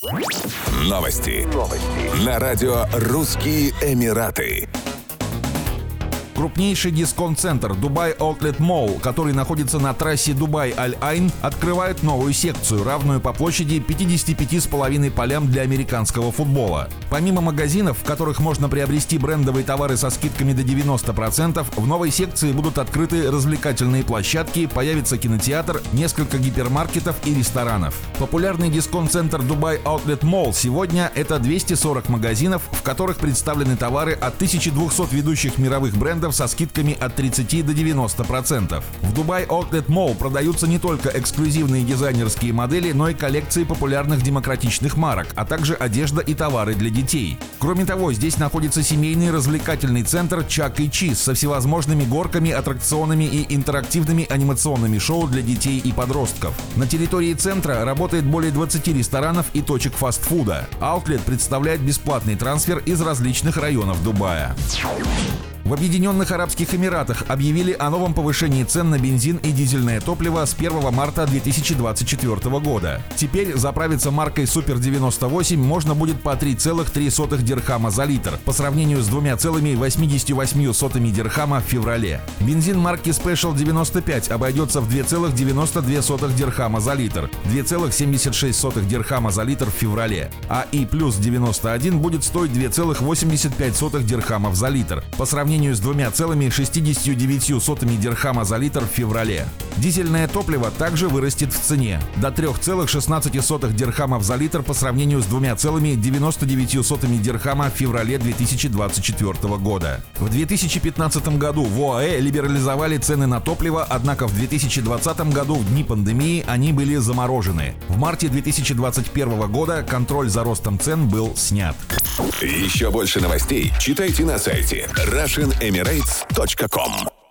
Новости. На радио «Русские Эмираты». Крупнейший дисконт-центр Dubai Outlet Mall, который находится на трассе Дубай-Аль-Айн, открывает новую секцию, равную по площади 55,5 полям для американского футбола. Помимо магазинов, в которых можно приобрести брендовые товары со скидками до 90%, в новой секции будут открыты развлекательные площадки, появится кинотеатр, несколько гипермаркетов и ресторанов. Популярный дисконт-центр Dubai Outlet Mall сегодня — это 240 магазинов, в которых представлены товары от 1200 ведущих мировых брендов со скидками от 30 до 90%. В Dubai Outlet Mall продаются не только эксклюзивные дизайнерские модели, но и коллекции популярных демократичных марок, а также одежда и товары для детей. Кроме того, здесь находится семейный развлекательный центр Chuck E. Cheese со всевозможными горками, аттракционами и интерактивными анимационными шоу для детей и подростков. На территории центра работает более 20 ресторанов и точек фастфуда. Outlet представляет бесплатный трансфер из различных районов Дубая. В Объединенных Арабских Эмиратах объявили о новом повышении цен на бензин и дизельное топливо с 1 марта 2024 года. Теперь заправиться маркой Super 98 можно будет по 3,3 дирхама за литр, по сравнению с 2,88 дирхама в феврале. Бензин марки Special 95 обойдется в 2,92 дирхама за литр, 2,76 дирхама за литр в феврале, а И плюс 91 будет стоить 2,85 дирхамов за литр, по сравнению с 2,69 дирхама за литр в феврале. Дизельное топливо также вырастет в цене до 3,16 дирхамов за литр по сравнению с 2,99 дирхама в феврале 2024 года. В 2015 году в ОАЭ либерализовали цены на топливо, однако в 2020 году, в дни пандемии, они были заморожены. В марте 2021 года контроль за ростом цен был снят. Еще больше новостей читайте на сайте RussianEmirates.com.